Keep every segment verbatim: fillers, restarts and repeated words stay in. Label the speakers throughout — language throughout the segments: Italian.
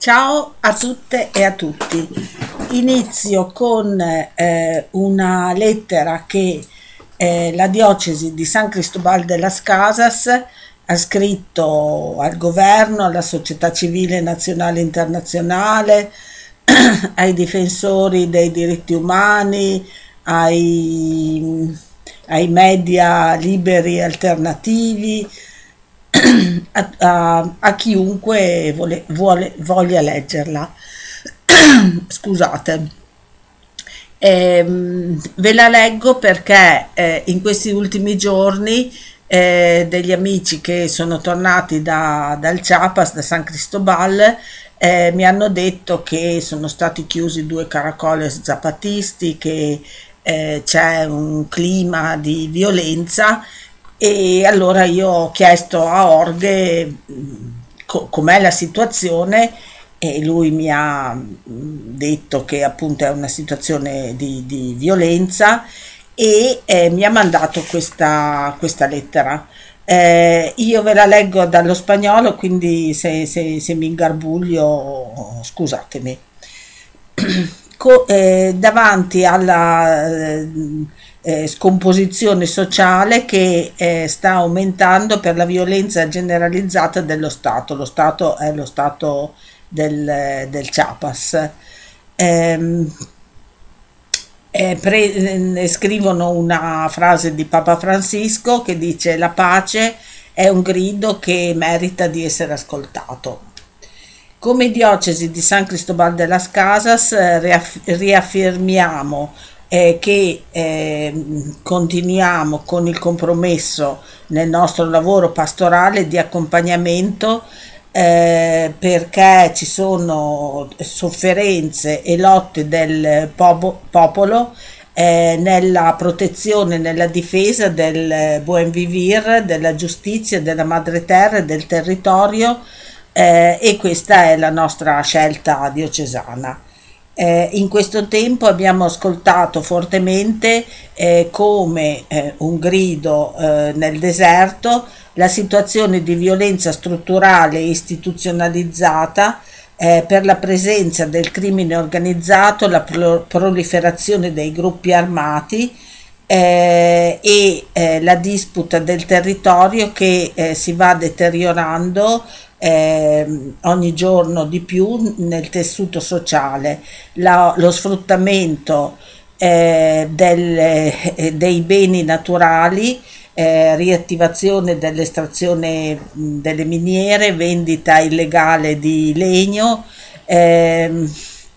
Speaker 1: Ciao a tutte e a tutti. Inizio con eh, una lettera che eh, la diocesi di San Cristobal de las Casas ha scritto al governo, alla società civile nazionale e internazionale, ai difensori dei diritti umani, ai, ai media liberi e alternativi, a, a- a chiunque vole- vuole- voglia leggerla. Scusate. Ehm, ve la leggo perché eh, in questi ultimi giorni eh, degli amici che sono tornati da- dal Chiapas, da San Cristobal, eh, mi hanno detto che sono stati chiusi due caracoles zapatisti, che eh, c'è un clima di violenza, e allora io ho chiesto a Orge mh, co- com'è la situazione, e lui mi ha mh, detto che appunto è una situazione di, di violenza, e eh, mi ha mandato questa, questa lettera. Eh, io ve la leggo dallo spagnolo, quindi se, se- se mi ingarbuglio scusatemi. Co- eh, davanti alla eh, eh, scomposizione sociale che eh, sta aumentando per la violenza generalizzata dello Stato. Lo Stato è lo Stato del, del Chiapas. Ehm, eh, pre- eh, scrivono una frase di Papa Francisco che dice: la pace è un grido che merita di essere ascoltato. Come diocesi di San Cristobal de las Casas eh, riaff- riaffermiamo eh, che eh, continuiamo con il compromesso nel nostro lavoro pastorale di accompagnamento, eh, perché ci sono sofferenze e lotte del popo- popolo eh, nella protezione, nella difesa del buen vivir, della giustizia, della madre terra e del territorio, eh, e questa è la nostra scelta diocesana. Eh, in questo tempo abbiamo ascoltato fortemente eh, come eh, un grido eh, nel deserto la situazione di violenza strutturale e istituzionalizzata, eh, per la presenza del crimine organizzato, la pro- proliferazione dei gruppi armati, eh, e eh, la disputa del territorio che eh, si va deteriorando eh, ogni giorno di più nel tessuto sociale. La- lo sfruttamento eh, delle- eh, dei beni naturali, eh, riattivazione dell'estrazione mh, delle miniere, vendita illegale di legno, ehm,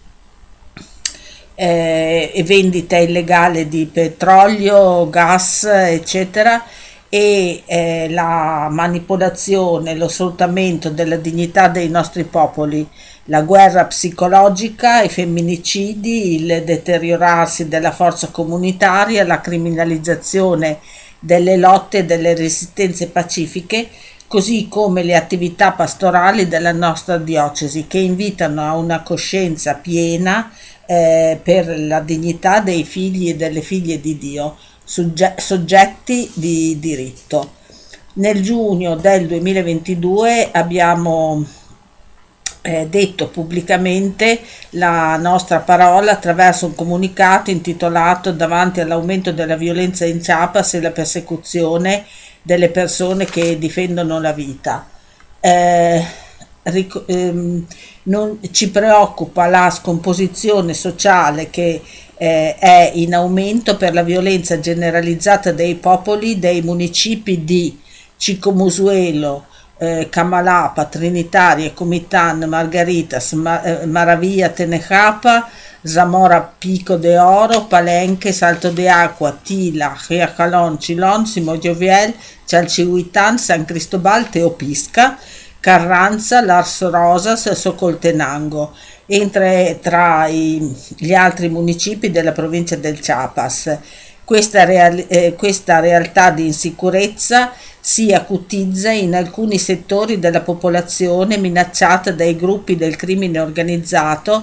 Speaker 1: eh, e vendita illegale di petrolio, gas, eccetera, e eh, la manipolazione, lo sfruttamento della dignità dei nostri popoli, la guerra psicologica, i femminicidi, il deteriorarsi della forza comunitaria, la criminalizzazione delle lotte e delle resistenze pacifiche, così come le attività pastorali della nostra diocesi, che invitano a una coscienza piena eh, per la dignità dei figli e delle figlie di Dio, sogge- soggetti di diritto. Nel giugno del duemilaventidue abbiamo eh, detto pubblicamente la nostra parola attraverso un comunicato intitolato "Davanti all'aumento della violenza in Chiapas e la persecuzione delle persone che difendono la vita". Eh, ric- ehm, non- Ci preoccupa la scomposizione sociale che eh, è in aumento per la violenza generalizzata dei popoli dei municipi di Chicomusuelo, eh, Camalapa, Trinitaria, Comitán, Margaritas, Ma- eh, Maravilla, Tenejapa, Zamora, Pico de Oro, Palenque, Salto de Agua, Tila, Riacalón, Chilón, Simojoviel, Chalchihuitán, San Cristobal, Teopisca, Carranza, Las Rosas, Socoltenango, entre tra i- gli altri municipi della provincia del Chiapas. Questa, real- eh, questa realtà di insicurezza si acutizza in alcuni settori della popolazione minacciata dai gruppi del crimine organizzato,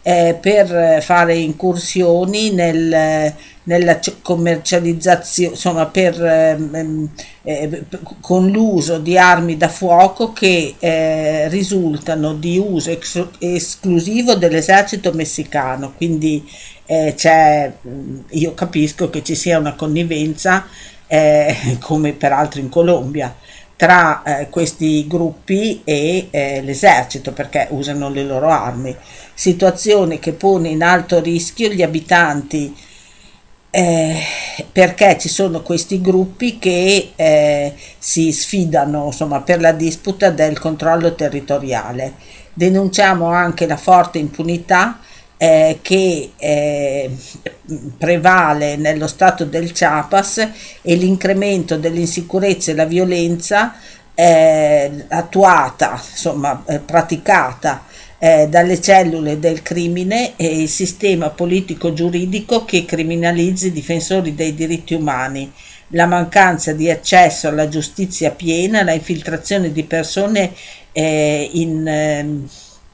Speaker 1: eh, per fare incursioni nel, nella c- commercializzazione, insomma, per, ehm, eh, con l'uso di armi da fuoco che eh, risultano di uso ex- esclusivo dell'esercito messicano. Quindi eh, c'è, mh, io capisco che ci sia una connivenza, eh, come peraltro in Colombia, tra eh, questi gruppi e eh, l'esercito, perché usano le loro armi, situazione che pone in alto rischio gli abitanti, eh, perché ci sono questi gruppi che eh, si sfidano, insomma, per la disputa del controllo territoriale. Denunciamo anche la forte impunità eh, che eh, prevale nello stato del Chiapas, e l'incremento dell'insicurezza e la violenza eh, attuata, insomma, eh, praticata eh, dalle cellule del crimine e il sistema politico-giuridico che criminalizza i difensori dei diritti umani, la mancanza di accesso alla giustizia piena, la infiltrazione di persone eh, in, ehm,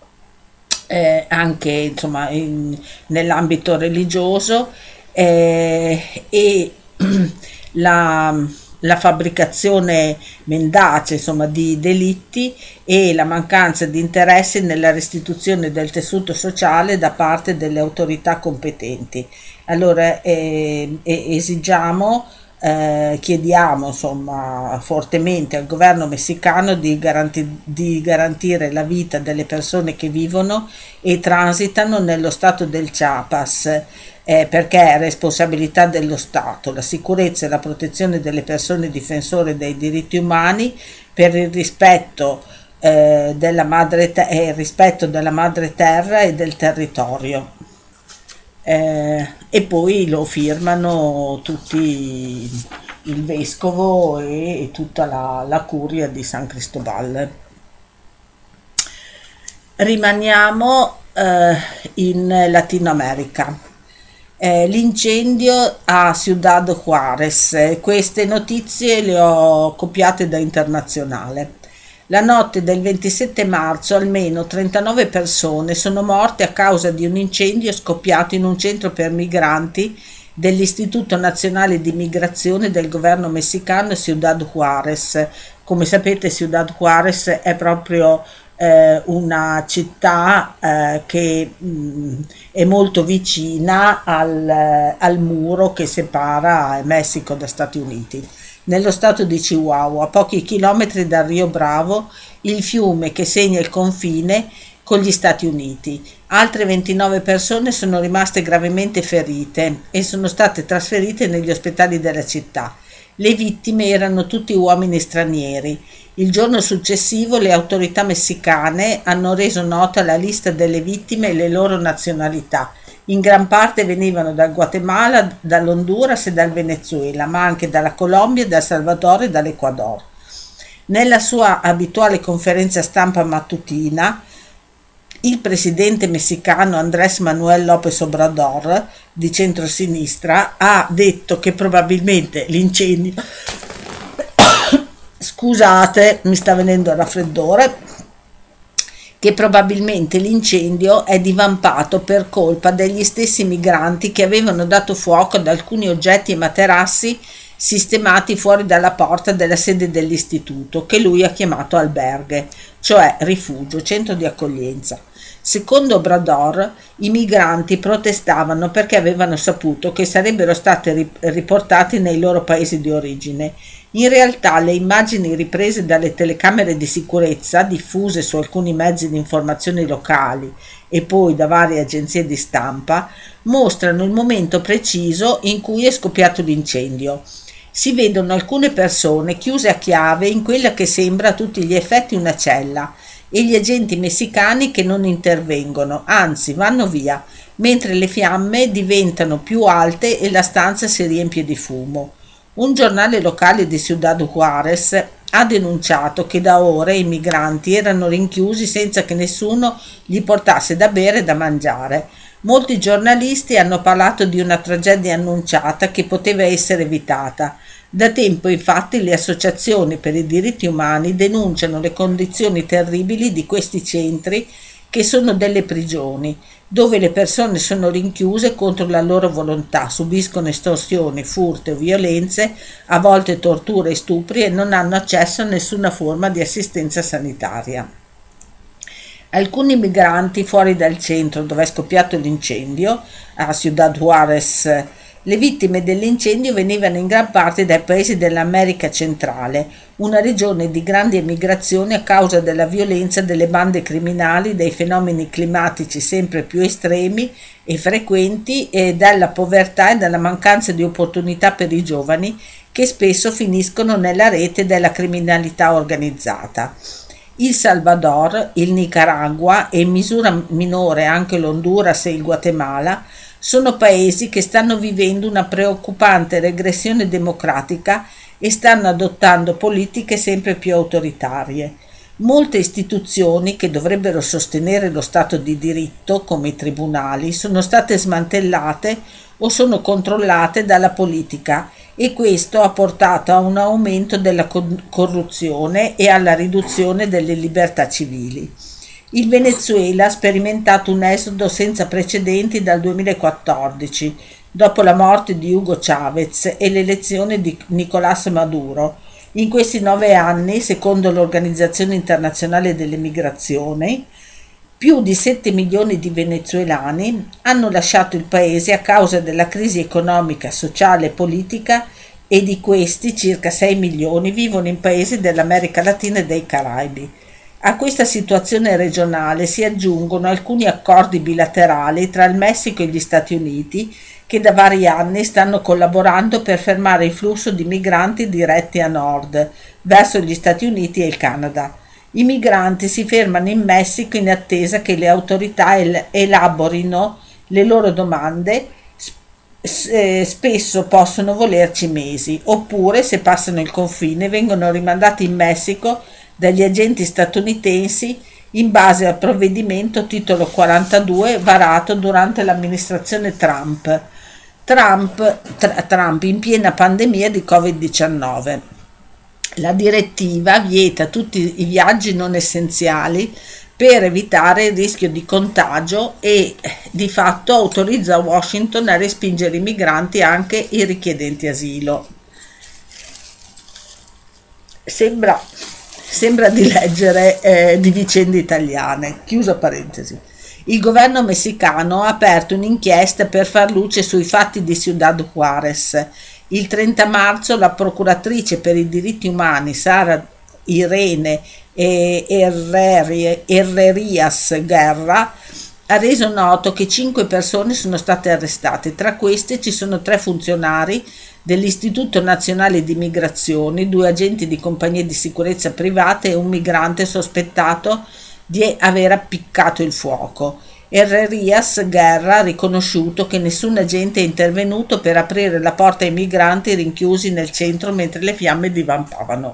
Speaker 1: eh, anche insomma in- nell'ambito religioso, eh, e la, la fabbricazione mendace, insomma, di delitti, e la mancanza di interesse nella restituzione del tessuto sociale da parte delle autorità competenti. Allora eh, eh, esigiamo, eh, chiediamo insomma fortemente al governo messicano di, garanti- di garantire la vita delle persone che vivono e transitano nello stato del Chiapas, eh, perché è responsabilità dello Stato la sicurezza e la protezione delle persone difensore dei diritti umani, per il rispetto eh, della madre te- e il rispetto della madre terra e del territorio. Eh, e poi lo firmano tutti, il vescovo e tutta la, la curia di San Cristobal. Rimaniamo eh, in Latino America. Eh, l'incendio a Ciudad Juárez. Queste notizie le ho copiate da Internazionale. La notte del ventisette marzo almeno trentanove persone sono morte a causa di un incendio scoppiato in un centro per migranti dell'Istituto Nazionale di Migrazione del governo messicano a Ciudad Juárez. Come sapete, Ciudad Juárez è proprio eh, una città eh, che mh, è molto vicina al, al muro che separa Messico da Stati Uniti. Nello stato di Chihuahua, a pochi chilometri dal Rio Bravo, il fiume che segna il confine con gli Stati Uniti. Altre ventinove persone sono rimaste gravemente ferite e sono state trasferite negli ospedali della città. Le vittime erano tutti uomini stranieri. Il giorno successivo le autorità messicane hanno reso nota la lista delle vittime e le loro nazionalità. In gran parte venivano dal Guatemala, dall'Honduras e dal Venezuela, ma anche dalla Colombia, dal Salvador e dall'Ecuador. Nella sua abituale conferenza stampa mattutina, il presidente messicano Andrés Manuel López Obrador, di centrosinistra, ha detto che probabilmente l'incendio... Scusate, mi sta venendo il raffreddore. Che probabilmente l'incendio è divampato per colpa degli stessi migranti che avevano dato fuoco ad alcuni oggetti e materassi sistemati fuori dalla porta della sede dell'istituto, che lui ha chiamato alberghe, cioè rifugio, centro di accoglienza. Secondo Obrador, i migranti protestavano perché avevano saputo che sarebbero stati riportati nei loro paesi di origine. In realtà le immagini riprese dalle telecamere di sicurezza, diffuse su alcuni mezzi di informazione locali e poi da varie agenzie di stampa, mostrano il momento preciso in cui è scoppiato l'incendio. Si vedono alcune persone chiuse a chiave in quella che sembra a tutti gli effetti una cella, e gli agenti messicani che non intervengono, anzi vanno via, mentre le fiamme diventano più alte e la stanza si riempie di fumo. Un giornale locale di Ciudad Juárez ha denunciato che da ore i migranti erano rinchiusi senza che nessuno gli portasse da bere e da mangiare. Molti giornalisti hanno parlato di una tragedia annunciata che poteva essere evitata. Da tempo, infatti, le associazioni per i diritti umani denunciano le condizioni terribili di questi centri che sono delle prigioni, dove le persone sono rinchiuse contro la loro volontà, subiscono estorsioni, furti o violenze, a volte torture e stupri e non hanno accesso a nessuna forma di assistenza sanitaria. Alcuni migranti fuori dal centro dove è scoppiato l'incendio, a Ciudad Juárez, le vittime dell'incendio venivano in gran parte dai paesi dell'America centrale, una regione di grandi emigrazioni a causa della violenza delle bande criminali, dei fenomeni climatici sempre più estremi e frequenti e dalla povertà e dalla mancanza di opportunità per i giovani che spesso finiscono nella rete della criminalità organizzata. Il Salvador, il Nicaragua e in misura minore anche l'Honduras e il Guatemala sono paesi che stanno vivendo una preoccupante regressione democratica e stanno adottando politiche sempre più autoritarie. Molte istituzioni che dovrebbero sostenere lo Stato di diritto, come i tribunali, sono state smantellate o sono controllate dalla politica e questo ha portato a un aumento della corruzione e alla riduzione delle libertà civili. Il Venezuela ha sperimentato un esodo senza precedenti dal duemilaquattordici, dopo la morte di Hugo Chavez e l'elezione di Nicolás Maduro. In questi nove anni, secondo l'Organizzazione Internazionale delle Migrazioni, più di sette milioni di venezuelani hanno lasciato il paese a causa della crisi economica, sociale e politica e di questi circa sei milioni vivono in paesi dell'America Latina e dei Caraibi. A questa situazione regionale si aggiungono alcuni accordi bilaterali tra il Messico e gli Stati Uniti che da vari anni stanno collaborando per fermare il flusso di migranti diretti a nord, verso gli Stati Uniti e il Canada. I migranti si fermano in Messico in attesa che le autorità el- elaborino le loro domande, S- spesso possono volerci mesi, oppure se passano il confine vengono rimandati in Messico dagli agenti statunitensi in base al provvedimento titolo quarantadue varato durante l'amministrazione Trump, Trump, tra- Trump in piena pandemia di covid diciannove. La direttiva vieta tutti i viaggi non essenziali per evitare il rischio di contagio e di fatto autorizza Washington a respingere i migranti, anche i richiedenti asilo. Sembra, sembra di leggere eh, di vicende italiane. Chiusa parentesi. Il governo messicano ha aperto un'inchiesta per far luce sui fatti di Ciudad Juárez. Il trenta marzo la procuratrice per i diritti umani Sara Irene Herrerias Guerra ha reso noto che cinque persone sono state arrestate. Tra queste ci sono tre funzionari dell'Istituto Nazionale di Migrazioni, due agenti di compagnie di sicurezza private e un migrante sospettato di aver appiccato il fuoco. Herrerias Guerra ha riconosciuto che nessun agente è intervenuto per aprire la porta ai migranti rinchiusi nel centro mentre le fiamme divampavano.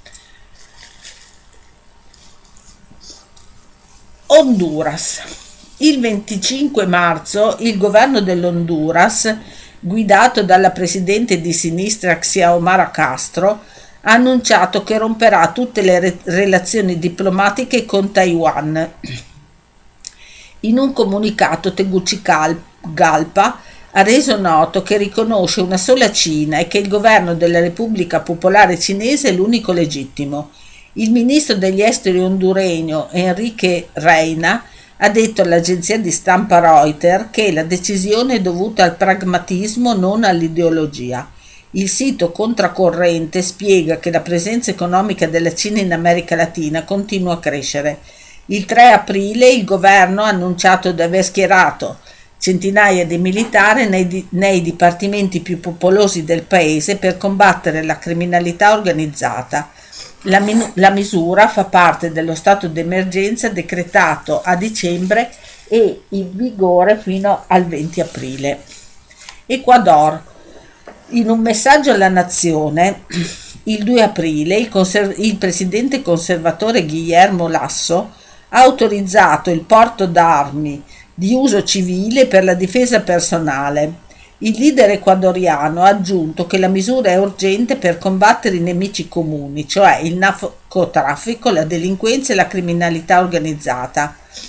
Speaker 1: Honduras. Il venticinque marzo il governo dell'Honduras, guidato dalla presidente di sinistra Xiomara Castro, ha annunciato che romperà tutte le re- relazioni diplomatiche con Taiwan. In un comunicato Tegucigalpa ha reso noto che riconosce una sola Cina e che il governo della Repubblica Popolare Cinese è l'unico legittimo. Il ministro degli esteri honduregno Enrique Reina ha detto all'agenzia di stampa Reuters che la decisione è dovuta al pragmatismo, non all'ideologia. Il sito Contracorrente spiega che la presenza economica della Cina in America Latina continua a crescere. Il tre aprile il governo ha annunciato di aver schierato centinaia di militari nei, di, nei dipartimenti più popolosi del paese per combattere la criminalità organizzata. La, min- la misura fa parte dello stato d'emergenza decretato a dicembre e in vigore fino al venti aprile. Ecuador. In un messaggio alla nazione, il due aprile, il, conser- il presidente conservatore Guillermo Lasso ha autorizzato il porto d'armi di uso civile per la difesa personale. Il leader ecuadoriano ha aggiunto che la misura è urgente per combattere i nemici comuni, cioè il narcotraffico, la delinquenza e la criminalità organizzata.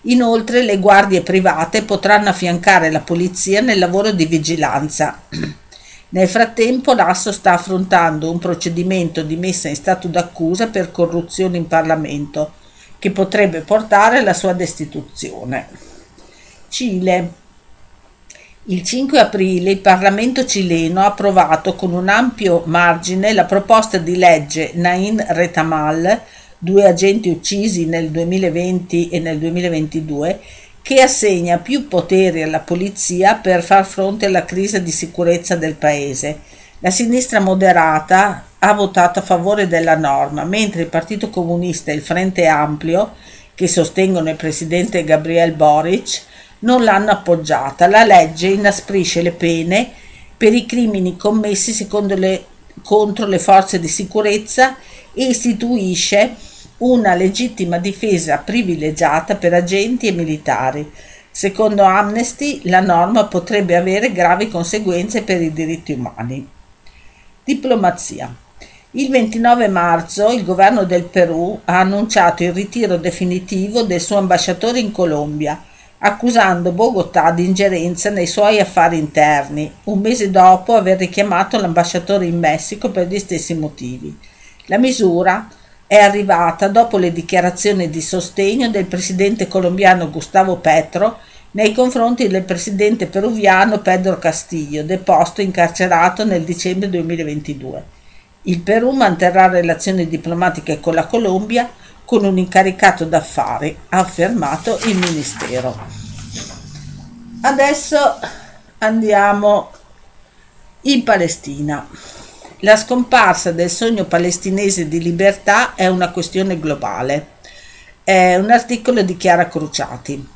Speaker 1: Inoltre le guardie private potranno affiancare la polizia nel lavoro di vigilanza. Nel frattempo Lasso sta affrontando un procedimento di messa in stato d'accusa per corruzione in Parlamento, che potrebbe portare alla sua destituzione. Cile. Il cinque aprile il Parlamento cileno ha approvato con un ampio margine la proposta di legge Nain Retamal, due agenti uccisi nel duemilaventi e nel duemilaventidue, che assegna più poteri alla polizia per far fronte alla crisi di sicurezza del paese. La sinistra moderata ha votato a favore della norma, mentre il Partito Comunista e il Frente Amplio, che sostengono il presidente Gabriel Boric, non l'hanno appoggiata. La legge inasprisce le pene per i crimini commessi secondo le, contro le forze di sicurezza e istituisce una legittima difesa privilegiata per agenti e militari. Secondo Amnesty, la norma potrebbe avere gravi conseguenze per i diritti umani. Diplomazia. Il ventinove marzo il governo del Perù ha annunciato il ritiro definitivo del suo ambasciatore in Colombia, accusando Bogotà di ingerenza nei suoi affari interni, un mese dopo aver richiamato l'ambasciatore in Messico per gli stessi motivi. La misura è arrivata dopo le dichiarazioni di sostegno del presidente colombiano Gustavo Petro nei confronti del presidente peruviano Pedro Castillo, deposto e incarcerato nel dicembre duemilaventidue. Il Perù manterrà relazioni diplomatiche con la Colombia con un incaricato d'affari, ha affermato il ministero. Adesso andiamo in Palestina. La scomparsa del sogno palestinese di libertà è una questione globale. È un articolo di Chiara Cruciati.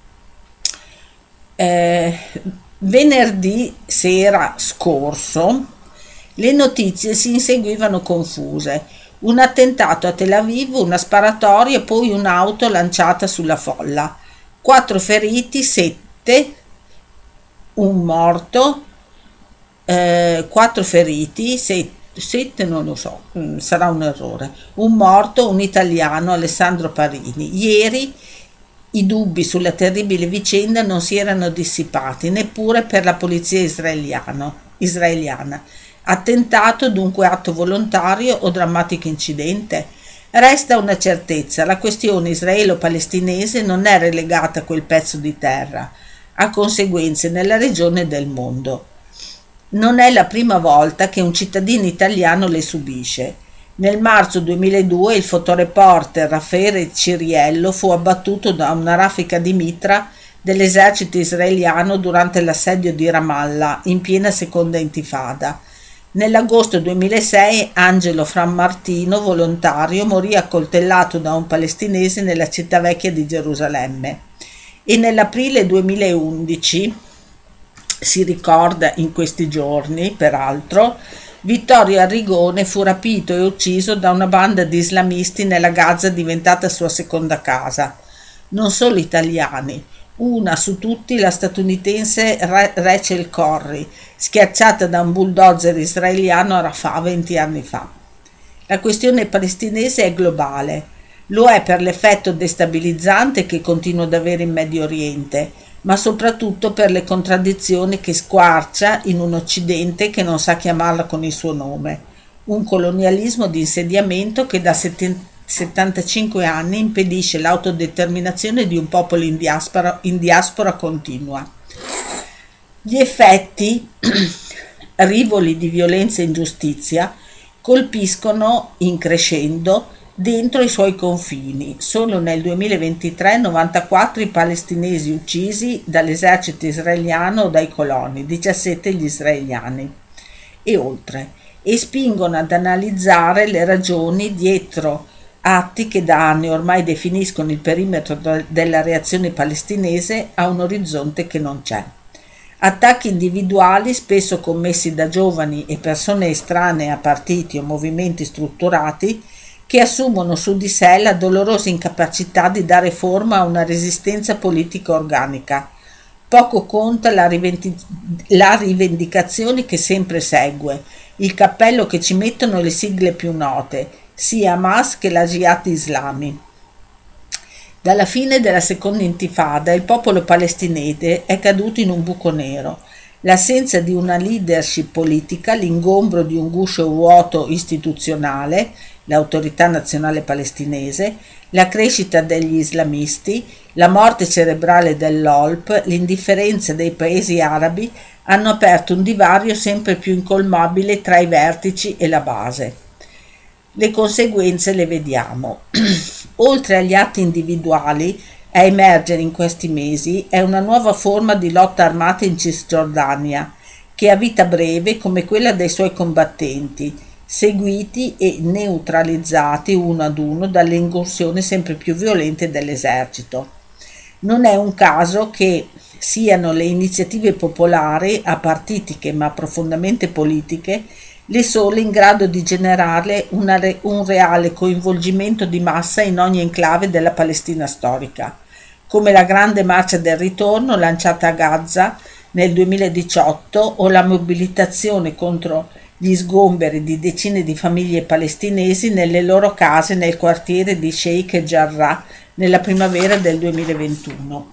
Speaker 1: Eh, venerdì sera scorso le notizie si inseguivano confuse. Un attentato a Tel Aviv, una sparatoria e poi un'auto lanciata sulla folla. Quattro feriti, sette, un morto, eh, quattro feriti, sette, sette non lo so, mh, sarà un errore. Un morto, un italiano, Alessandro Parini. Ieri i dubbi sulla terribile vicenda non si erano dissipati, neppure per la polizia israeliano, israeliana. Attentato, dunque atto volontario o drammatico incidente? Resta una certezza: la questione israelo-palestinese non è relegata a quel pezzo di terra, ha conseguenze nella regione e del mondo. Non è la prima volta che un cittadino italiano le subisce. Nel marzo duemiladue il fotoreporter Raffaele Ciriello fu abbattuto da una raffica di mitra dell'esercito israeliano durante l'assedio di Ramallah in piena seconda intifada. Nell'agosto duemilasei Angelo Frammartino, volontario, morì accoltellato da un palestinese nella città vecchia di Gerusalemme. E nell'aprile duemilaundici, si ricorda in questi giorni, peraltro, Vittorio Arrigone fu rapito e ucciso da una banda di islamisti nella Gaza diventata sua seconda casa. Non solo italiani. Una su tutti la statunitense Rachel Corrie, schiacciata da un bulldozer israeliano a Rafah venti anni fa. La questione palestinese è globale. Lo è per l'effetto destabilizzante che continua ad avere in Medio Oriente, ma soprattutto per le contraddizioni che squarcia in un Occidente che non sa chiamarla con il suo nome. Un colonialismo di insediamento che da settantacinque anni impedisce l'autodeterminazione di un popolo in diaspora, in diaspora continua. Gli effetti, rivoli di violenza e ingiustizia, colpiscono in crescendo dentro i suoi confini. Solo nel duemilaventitré novantaquattro i palestinesi uccisi dall'esercito israeliano o dai coloni, diciassette gli israeliani e oltre, e spingono ad analizzare le ragioni dietro atti che da anni ormai definiscono il perimetro della reazione palestinese a un orizzonte che non c'è. Attacchi individuali spesso commessi da giovani e persone estranee a partiti o movimenti strutturati che assumono su di sé la dolorosa incapacità di dare forma a una resistenza politica organica. Poco conta la, rivendi- la rivendicazione che sempre segue, il cappello che ci mettono le sigle più note, sia Hamas che la Jihad Islami. Dalla fine della seconda intifada il popolo palestinese è caduto in un buco nero. L'assenza di una leadership politica, l'ingombro di un guscio vuoto istituzionale, l'Autorità Nazionale Palestinese, la crescita degli islamisti, la morte cerebrale dell'O L P, l'indifferenza dei paesi arabi hanno aperto un divario sempre più incolmabile tra i vertici e la base. Le conseguenze le vediamo. Oltre agli atti individuali, a emergere in questi mesi è una nuova forma di lotta armata in Cisgiordania, che ha vita breve come quella dei suoi combattenti, seguiti e neutralizzati uno ad uno dalle incursioni sempre più violente dell'esercito. Non è un caso che siano le iniziative popolari, apartitiche ma profondamente politiche, le sole in grado di generare una re- un reale coinvolgimento di massa in ogni enclave della Palestina storica, come la grande marcia del ritorno lanciata a Gaza nel duemiladiciotto o la mobilitazione contro gli sgomberi di decine di famiglie palestinesi nelle loro case nel quartiere di Sheikh Jarrah nella primavera del duemilaventuno.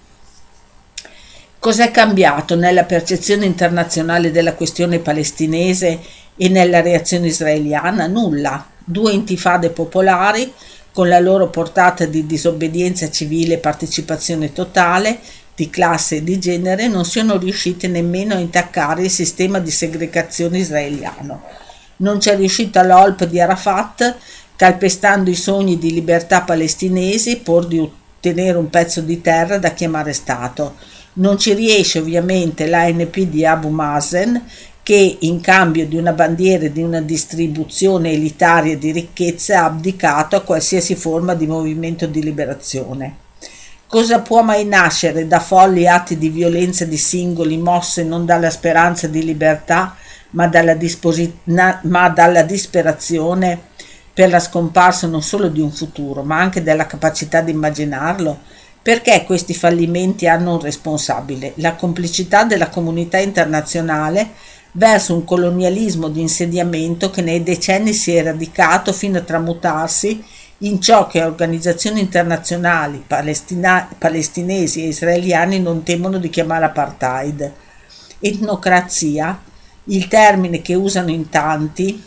Speaker 1: Cos'è cambiato nella percezione internazionale della questione palestinese e nella reazione israeliana? Nulla. Due intifade popolari, con la loro portata di disobbedienza civile e partecipazione totale, di classe e di genere, non sono riuscite nemmeno a intaccare il sistema di segregazione israeliano. Non c'è riuscita l'O L P di Arafat, calpestando i sogni di libertà palestinesi pur di ottenere un pezzo di terra da chiamare Stato. Non ci riesce ovviamente l'A N P di Abu Mazen, che in cambio di una bandiera e di una distribuzione elitaria di ricchezze ha abdicato a qualsiasi forma di movimento di liberazione. Cosa può mai nascere da folli atti di violenza di singoli mosse non dalla speranza di libertà, ma dalla, disposi- na- ma dalla disperazione per la scomparsa non solo di un futuro, ma anche della capacità di immaginarlo? Perché questi fallimenti hanno un responsabile? La complicità della comunità internazionale verso un colonialismo di insediamento che nei decenni si è radicato fino a tramutarsi in ciò che organizzazioni internazionali palestina- palestinesi e israeliani non temono di chiamare apartheid. Etnocrazia, il termine che usano in tanti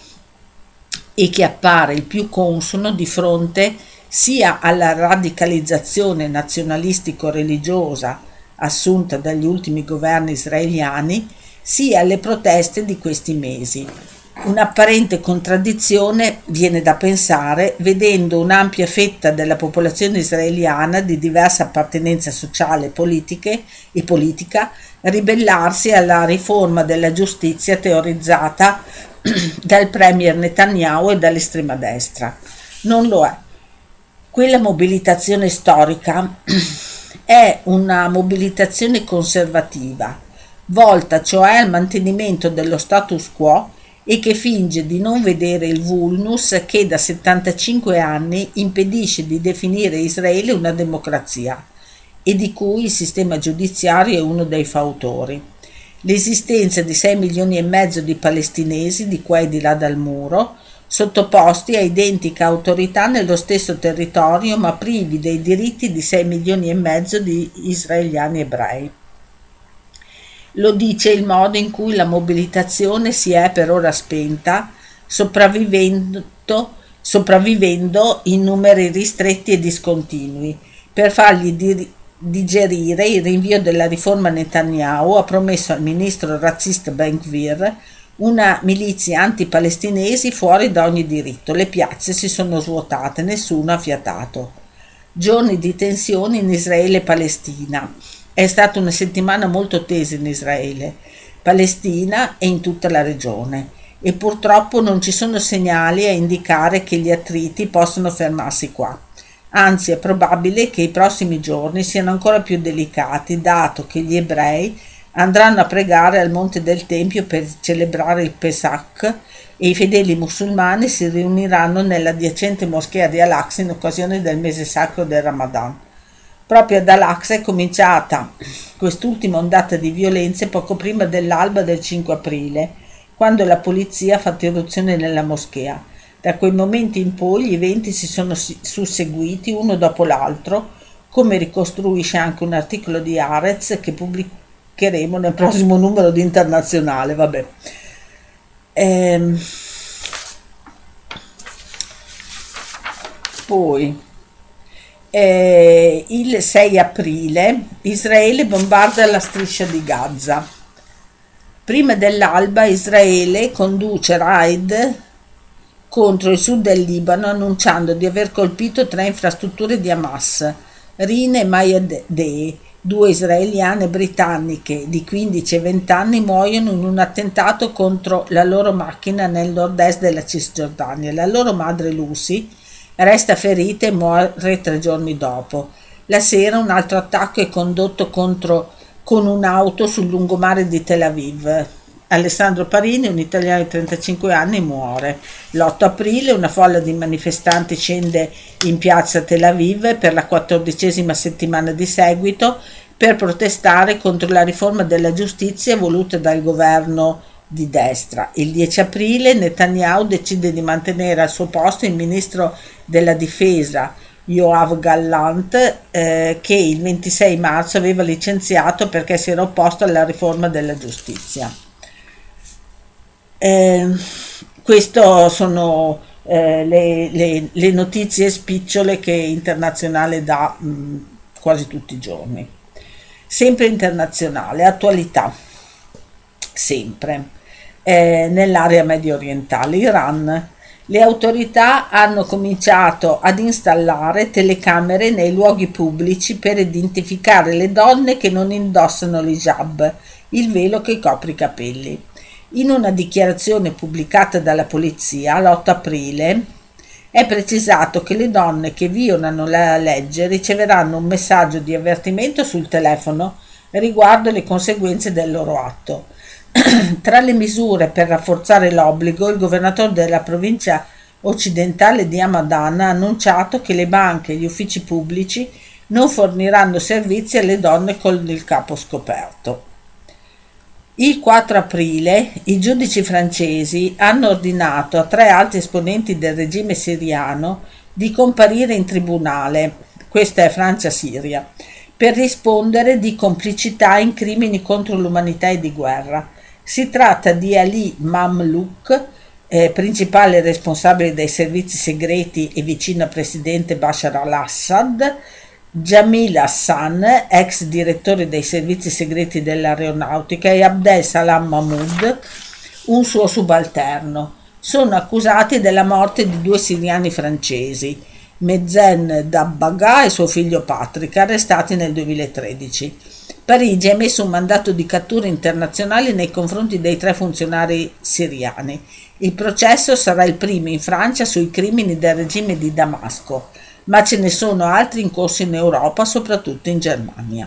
Speaker 1: e che appare il più consono di fronte sia alla radicalizzazione nazionalistico-religiosa assunta dagli ultimi governi israeliani, sia alle proteste di questi mesi. Un'apparente contraddizione viene da pensare vedendo un'ampia fetta della popolazione israeliana di diversa appartenenza sociale politiche e politica ribellarsi alla riforma della giustizia teorizzata dal premier Netanyahu e dall'estrema destra. Non lo è. Quella mobilitazione storica è una mobilitazione conservativa, volta cioè al mantenimento dello status quo e che finge di non vedere il vulnus che da settantacinque anni impedisce di definire Israele una democrazia e di cui il sistema giudiziario è uno dei fautori. L'esistenza di sei milioni e mezzo di palestinesi di qua e di là dal muro, sottoposti a identica autorità nello stesso territorio ma privi dei diritti di sei milioni e mezzo di israeliani ebrei. Lo dice il modo in cui la mobilitazione si è per ora spenta, sopravvivendo, sopravvivendo in numeri ristretti e discontinui. Per fargli di, digerire il rinvio della riforma, Netanyahu ha promesso al ministro razzista Ben Gvir una milizia anti-palestinesi fuori da ogni diritto. Le piazze si sono svuotate, nessuno ha fiatato. Giorni di tensioni in Israele e Palestina. È stata una settimana molto tesa in Israele, Palestina e in tutta la regione e purtroppo non ci sono segnali a indicare che gli attriti possano fermarsi qua. Anzi, è probabile che i prossimi giorni siano ancora più delicati, dato che gli ebrei andranno a pregare al Monte del Tempio per celebrare il Pesach e i fedeli musulmani si riuniranno nella adiacente moschea di Al-Aqsa in occasione del mese sacro del Ramadan. Proprio ad Al-Aqsa è cominciata quest'ultima ondata di violenze poco prima dell'alba del cinque aprile, quando la polizia ha fatto irruzione nella moschea. Da quei momenti in poi gli eventi si sono susseguiti uno dopo l'altro, come ricostruisce anche un articolo di Haaretz che pubblicheremo nel prossimo numero di Internazionale. Vabbè. Ehm, poi eh, il sei aprile Israele bombarda la striscia di Gaza. Prima dell'alba Israele conduce raid contro il sud del Libano annunciando di aver colpito tre infrastrutture di Hamas, Rin e Mayadeh. Due israeliane britanniche di quindici e venti anni muoiono in un attentato contro la loro macchina nel nord-est della Cisgiordania. La loro madre Lucy resta ferita e muore tre giorni dopo. La sera un altro attacco è condotto contro con un'auto sul lungomare di Tel Aviv. Alessandro Parini, un italiano di trentacinque anni, muore. L'otto aprile una folla di manifestanti scende in piazza Tel Aviv per la quattordicesima settimana di seguito per protestare contro la riforma della giustizia voluta dal governo di destra. Il dieci aprile Netanyahu decide di mantenere al suo posto il ministro della difesa Yoav Gallant, eh, che il ventisei marzo aveva licenziato perché si era opposto alla riforma della giustizia. Eh, queste sono eh, le, le, le notizie spicciole che Internazionale dà mh, quasi tutti i giorni. Sempre internazionale, attualità, sempre, eh, nell'area medio orientale, Iran. Le autorità hanno cominciato ad installare telecamere nei luoghi pubblici per identificare le donne che non indossano l'hijab, il velo che copre i capelli. In una dichiarazione pubblicata dalla polizia l'otto aprile è precisato che le donne che violano la legge riceveranno un messaggio di avvertimento sul telefono riguardo le conseguenze del loro atto. Tra le misure per rafforzare l'obbligo, il governatore della provincia occidentale di Hamadan ha annunciato che le banche e gli uffici pubblici non forniranno servizi alle donne con il capo scoperto. Il quattro aprile i giudici francesi hanno ordinato a tre alti esponenti del regime siriano di comparire in tribunale, questa è Francia-Siria, per rispondere di complicità in crimini contro l'umanità e di guerra. Si tratta di Ali Mamlouk, eh, principale responsabile dei servizi segreti e vicino al presidente Bashar al-Assad, Jamil Hassan, ex direttore dei servizi segreti dell'aeronautica, e Abdel Salam Mahmoud, un suo subalterno. Sono accusati della morte di due siriani francesi, Mezen Dabbaga e suo figlio Patrick, arrestati nel duemilatredici. Parigi ha emesso un mandato di cattura internazionale nei confronti dei tre funzionari siriani. Il processo sarà il primo in Francia sui crimini del regime di Damasco, ma ce ne sono altri in corso in Europa, soprattutto in Germania.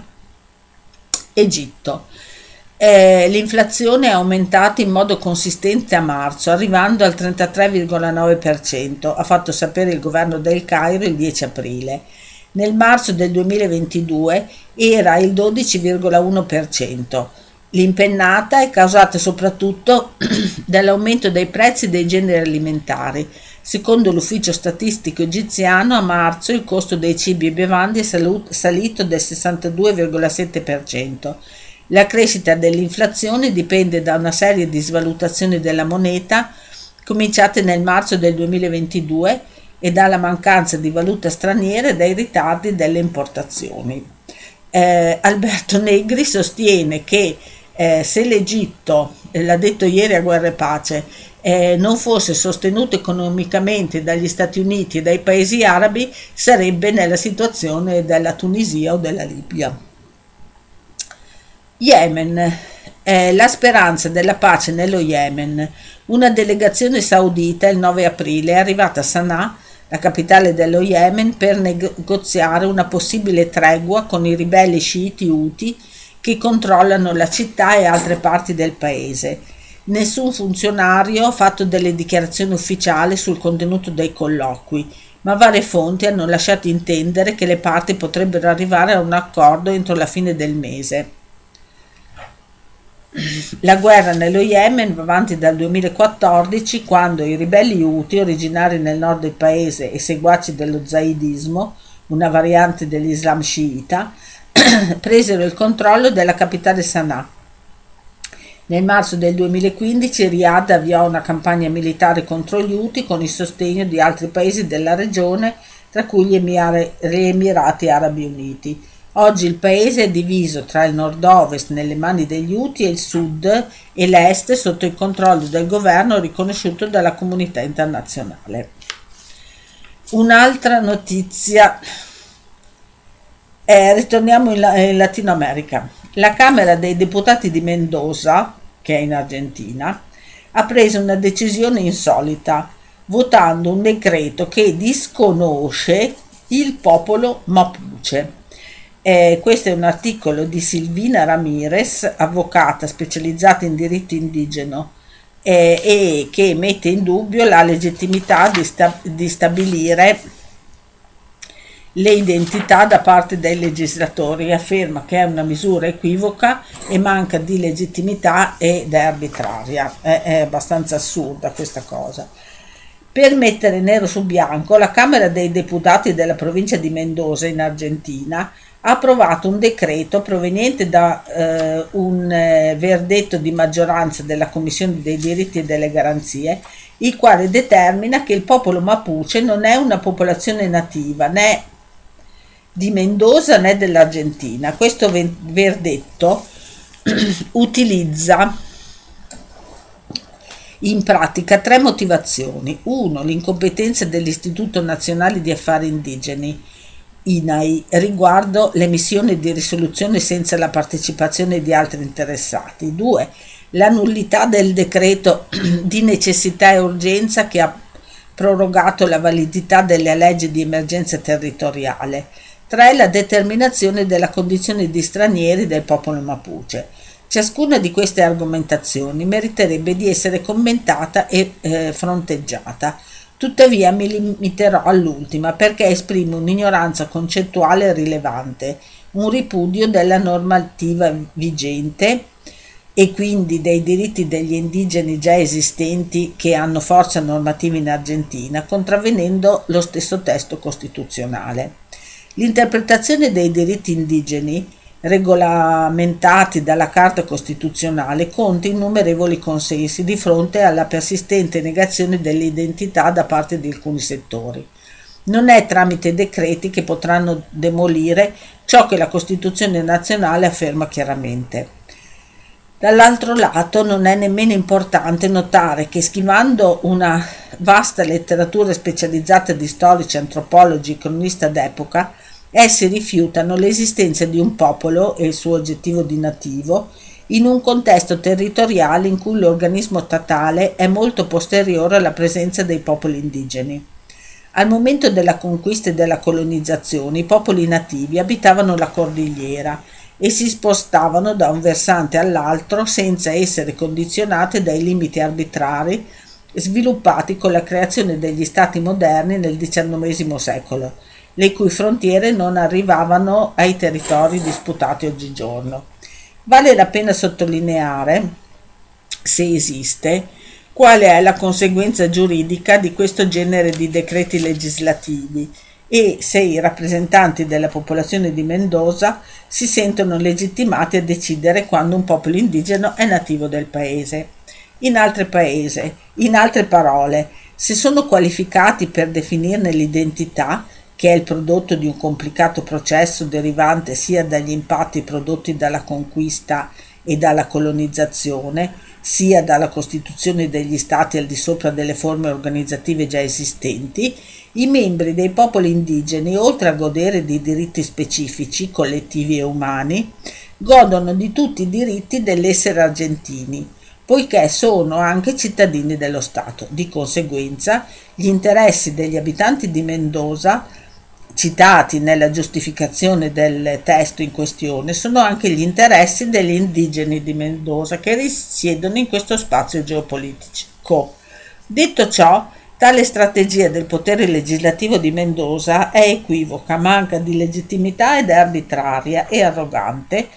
Speaker 1: Egitto. Eh, l'inflazione è aumentata in modo consistente a marzo, arrivando al trentatré virgola nove per cento, ha fatto sapere il governo del Cairo il dieci aprile. Nel marzo del duemilaventidue era il dodici virgola uno per cento. L'impennata è causata soprattutto dall'aumento dei prezzi dei generi alimentari. Secondo l'ufficio statistico egiziano, a marzo il costo dei cibi e bevande è salito del sessantadue virgola sette per cento. La crescita dell'inflazione dipende da una serie di svalutazioni della moneta cominciate nel marzo del duemilaventidue e dalla mancanza di valuta straniera e dai ritardi delle importazioni. Eh, Alberto Negri sostiene che eh, se l'Egitto, eh, l'ha detto ieri a Guerra e Pace, eh, non fosse sostenuto economicamente dagli Stati Uniti e dai paesi arabi, sarebbe nella situazione della Tunisia o della Libia. Yemen. Eh, la speranza della pace nello Yemen. Una delegazione saudita il nove aprile è arrivata a Sana'a, la capitale dello Yemen, per negoziare una possibile tregua con i ribelli sciiti Houthi che controllano la città e altre parti del paese. Nessun funzionario ha fatto delle dichiarazioni ufficiali sul contenuto dei colloqui, ma varie fonti hanno lasciato intendere che le parti potrebbero arrivare a un accordo entro la fine del mese. La guerra nello Yemen va avanti dal duemilaquattordici, quando i ribelli Houthi, originari nel nord del paese e seguaci dello zaidismo, una variante dell'Islam sciita, presero il controllo della capitale Sana'a. Nel marzo del duemilaquindici Riyadh avviò una campagna militare contro gli Houthi con il sostegno di altri paesi della regione, tra cui gli Emirati Arabi Uniti. Oggi il paese è diviso tra il nord-ovest nelle mani degli Houthi e il sud e l'est sotto il controllo del governo riconosciuto dalla comunità internazionale. Un'altra notizia, eh, ritorniamo in, in Latino America. La Camera dei Deputati di Mendoza, che è in Argentina, ha preso una decisione insolita, votando un decreto che disconosce il popolo Mapuche. Eh, questo è un articolo di Silvina Ramirez, avvocata specializzata in diritto indigeno, eh, e che mette in dubbio la legittimità di, sta- di stabilire le identità da parte dei legislatori, afferma che è una misura equivoca e manca di legittimità ed è arbitraria. È, è abbastanza assurda questa cosa. Per mettere nero su bianco, la Camera dei Deputati della provincia di Mendoza in Argentina ha approvato un decreto proveniente da eh, un eh, verdetto di maggioranza della Commissione dei diritti e delle garanzie, il quale determina che il popolo Mapuche non è una popolazione nativa né di Mendoza né dell'Argentina. Questo verdetto utilizza in pratica tre motivazioni. uno. L'incompetenza dell'Istituto Nazionale di Affari Indigeni, I N A I, riguardo l'emissione di risoluzione senza la partecipazione di altri interessati. due. La nullità del decreto di necessità e urgenza che ha prorogato la validità delle leggi di emergenza territoriale. tre. La determinazione della condizione di stranieri del popolo Mapuche. Ciascuna di queste argomentazioni meriterebbe di essere commentata e eh, fronteggiata. Tuttavia mi limiterò all'ultima perché esprime un'ignoranza concettuale rilevante, un ripudio della normativa vigente e quindi dei diritti degli indigeni già esistenti che hanno forza normativa in Argentina, contravvenendo lo stesso testo costituzionale. L'interpretazione dei diritti indigeni regolamentati dalla Carta Costituzionale conta innumerevoli consensi di fronte alla persistente negazione dell'identità da parte di alcuni settori. Non è tramite decreti che potranno demolire ciò che la Costituzione nazionale afferma chiaramente. Dall'altro lato non è nemmeno importante notare che, schivando una vasta letteratura specializzata di storici, antropologi e cronista d'epoca, essi rifiutano l'esistenza di un popolo e il suo aggettivo di nativo in un contesto territoriale in cui l'organismo statale è molto posteriore alla presenza dei popoli indigeni. Al momento della conquista e della colonizzazione, i popoli nativi abitavano la cordigliera e si spostavano da un versante all'altro senza essere condizionati dai limiti arbitrari sviluppati con la creazione degli stati moderni nel diciannovesimo secolo, le cui frontiere non arrivavano ai territori disputati oggigiorno. Vale la pena sottolineare, se esiste, quale è la conseguenza giuridica di questo genere di decreti legislativi e se i rappresentanti della popolazione di Mendoza si sentono legittimati a decidere quando un popolo indigeno è nativo del paese. In altre paese, in altre parole, se sono qualificati per definirne l'identità, che è il prodotto di un complicato processo derivante sia dagli impatti prodotti dalla conquista e dalla colonizzazione, sia dalla costituzione degli stati al di sopra delle forme organizzative già esistenti, i membri dei popoli indigeni, oltre a godere di diritti specifici, collettivi e umani, godono di tutti i diritti dell'essere argentini, poiché sono anche cittadini dello Stato. Di conseguenza, gli interessi degli abitanti di Mendoza, citati nella giustificazione del testo in questione, sono anche gli interessi degli indigeni di Mendoza che risiedono in questo spazio geopolitico. Detto ciò, tale strategia del potere legislativo di Mendoza è equivoca, manca di legittimità ed è arbitraria e arrogante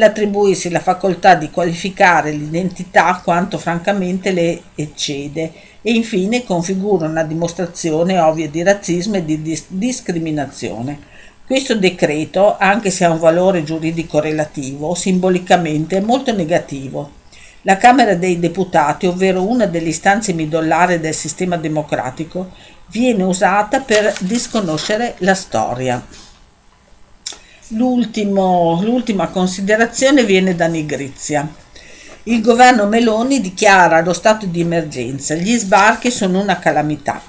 Speaker 1: nell'attribuirsi la facoltà di qualificare l'identità quanto francamente le eccede, e infine configura una dimostrazione ovvia di razzismo e di dis- discriminazione. Questo decreto, anche se ha un valore giuridico relativo, simbolicamente è molto negativo. La Camera dei Deputati, ovvero una delle istanze midollari del sistema democratico, viene usata per disconoscere la storia. L'ultimo, l'ultima considerazione viene da Nigrizia. Il governo Meloni dichiara lo stato di emergenza. Gli sbarchi sono una calamità.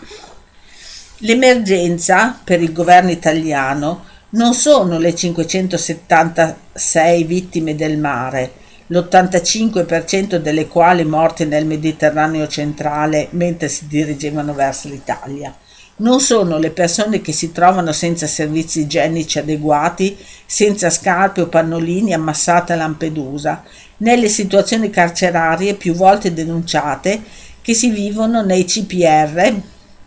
Speaker 1: L'emergenza per il governo italiano non sono le cinquecentosettantasei vittime del mare, l'ottantacinque per cento delle quali morte nel Mediterraneo centrale mentre si dirigevano verso l'Italia. Non sono le persone che si trovano senza servizi igienici adeguati, senza scarpe o pannolini ammassate a Lampedusa, né le situazioni carcerarie più volte denunciate che si vivono nei C P R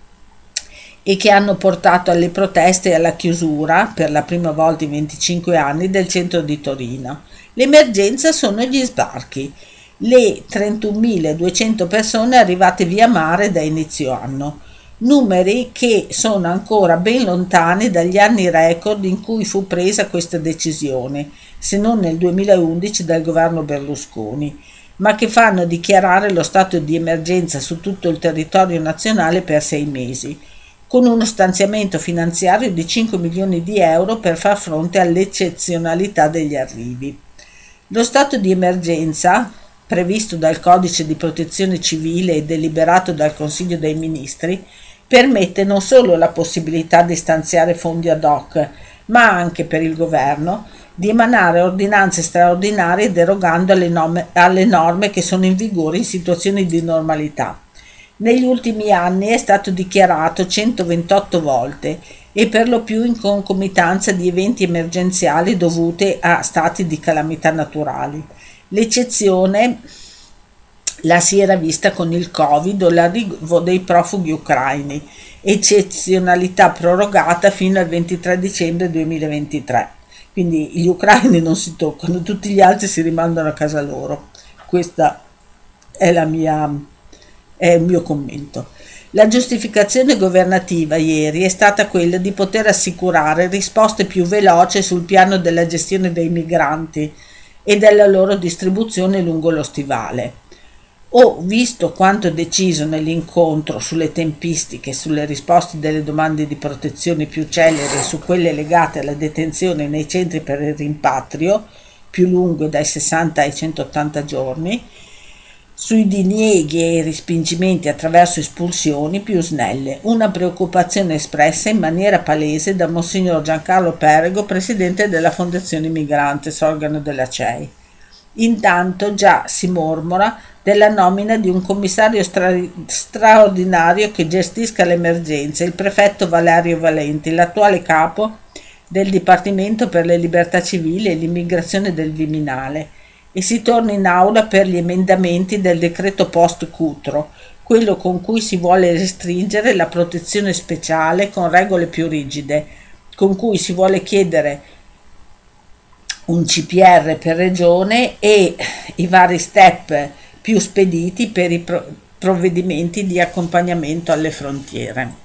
Speaker 1: e che hanno portato alle proteste e alla chiusura, per la prima volta in venticinque anni, del centro di Torino. L'emergenza sono gli sbarchi, le trentunomiladuecento persone arrivate via mare da inizio anno, numeri che sono ancora ben lontani dagli anni record in cui fu presa questa decisione, se non nel duemilaundici dal governo Berlusconi, ma che fanno dichiarare lo stato di emergenza su tutto il territorio nazionale per sei mesi, con uno stanziamento finanziario di cinque milioni di euro per far fronte all'eccezionalità degli arrivi. Lo stato di emergenza, previsto dal Codice di Protezione Civile e deliberato dal Consiglio dei Ministri, permette non solo la possibilità di stanziare fondi ad hoc, ma anche per il governo di emanare ordinanze straordinarie derogando alle norme, alle norme che sono in vigore in situazioni di normalità. Negli ultimi anni è stato dichiarato centoventotto volte e per lo più in concomitanza di eventi emergenziali dovuti a stati di calamità naturali. L'eccezione la si era vista con il Covid o l'arrivo dei profughi ucraini, eccezionalità prorogata fino al ventitré dicembre duemilaventitré. Quindi gli ucraini non si toccano, tutti gli altri si rimandano a casa loro. Questa è la mia, è il mio commento. La giustificazione governativa ieri è stata quella di poter assicurare risposte più veloci sul piano della gestione dei migranti e della loro distribuzione lungo lo stivale. Ho visto quanto deciso nell'incontro sulle tempistiche, sulle risposte delle domande di protezione più celeri e su quelle legate alla detenzione nei centri per il rimpatrio, più lunghe dai sessanta ai centottanta giorni, sui dinieghi e i respingimenti attraverso espulsioni più snelle, una preoccupazione espressa in maniera palese da Monsignor Giancarlo Perego, presidente della Fondazione Migrantes, organo della C E I. Intanto già si mormora della nomina di un commissario stra- straordinario che gestisca l'emergenza, il prefetto Valerio Valenti, l'attuale capo del Dipartimento per le Libertà Civili e l'Immigrazione del Viminale, e si torna in aula per gli emendamenti del decreto post-Cutro, quello con cui si vuole restringere la protezione speciale con regole più rigide, con cui si vuole chiedere un C P R per regione e i vari step più spediti per i provvedimenti di accompagnamento alle frontiere.